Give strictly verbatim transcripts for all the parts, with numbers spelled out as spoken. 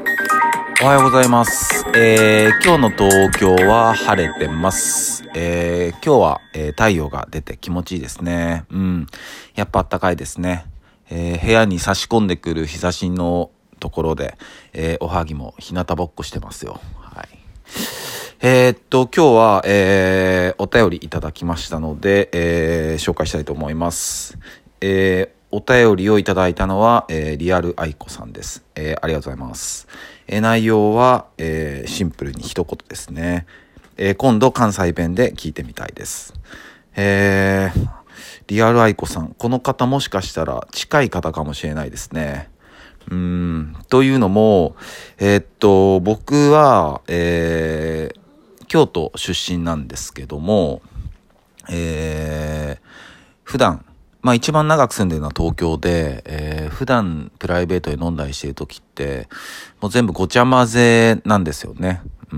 おはようございます。えー、今日の東京は晴れてます。えー、今日は、えー、太陽が出て気持ちいいですね。うん。やっぱ暖かいですね。えー、部屋に差し込んでくる日差しのところで、えー、おはぎも日向ぼっこしてますよ。はい。えー、っと、今日は、えー、お便りいただきましたので、えー、紹介したいと思います。えーお便りをいただいたのは、えー、リアルアイコさんです。えー、ありがとうございます。えー、内容は、えー、シンプルに一言ですね。えー、今度関西弁で聞いてみたいです。えー、リアルアイコさん、この方もしかしたら近い方かもしれないですね。うーん、というのも、えー、っと、僕は、えー、京都出身なんですけども、えー、普段、まあ一番長く住んでるのは東京で、えー、普段プライベートで飲んだりしてる時って、もう全部ごちゃ混ぜなんですよね。うん、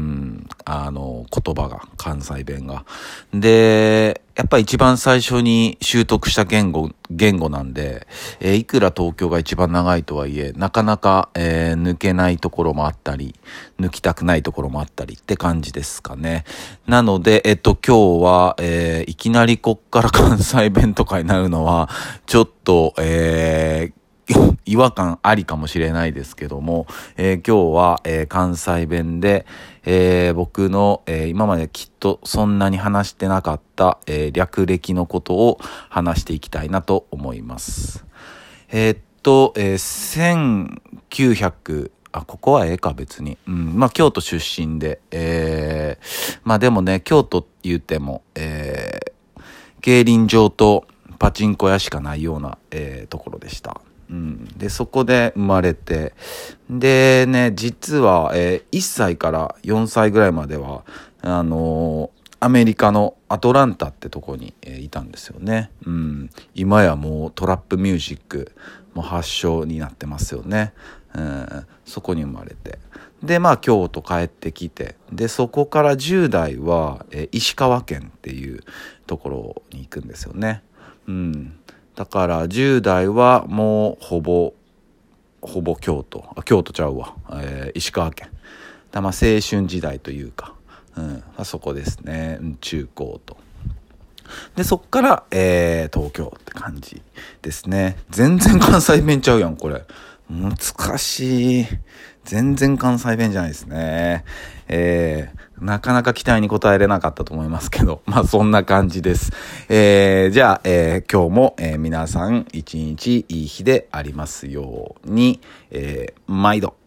あの、言葉が、関西弁が。で、やっぱり一番最初に習得した言語、言語なんで、えー、いくら東京が一番長いとはいえ、なかなか、えー、抜けないところもあったり、抜きたくないところもあったりって感じですかね。なので、えっと、今日は、えー、いきなりこっから関西弁とかになるのは、ちょっと、えー、違和感ありかもしれないですけども、えー、今日は、えー、関西弁で、えー、僕の、えー、今まできっとそんなに話してなかった、えー、略歴のことを話していきたいなと思います。えー、っと、えー、せんきゅうひゃくあ、ここはええか別に。うん、まあ京都出身で、えー、まあでもね、京都言うても、えー、競輪場とパチンコ屋しかないような、えー、ところでした。うん、でそこで生まれて、でね、実は、えー、いっさいからよんさいぐらいまではあのー、アメリカのアトランタってとこに、えー、いたんですよね。うん、今やもうトラップミュージックも発祥になってますよね。うん、そこに生まれて、でまあ京都帰ってきて、でそこからじゅう代は、えー、石川県っていうところに行くんですよね。うん、だからじゅう代はもうほぼほぼ京都あ京都ちゃうわ、えー、石川県だ、まあ青春時代というか、うん、あそこですね。中高とでそっから、えー、東京って感じですね。全然関西弁ちゃうやんこれ。難しい。全然関西弁じゃないですね。えー、なかなか期待に応えれなかったと思いますけど、まあそんな感じです。えー、じゃあ、えー、今日も、えー、皆さん一日いい日でありますように、えー、毎度。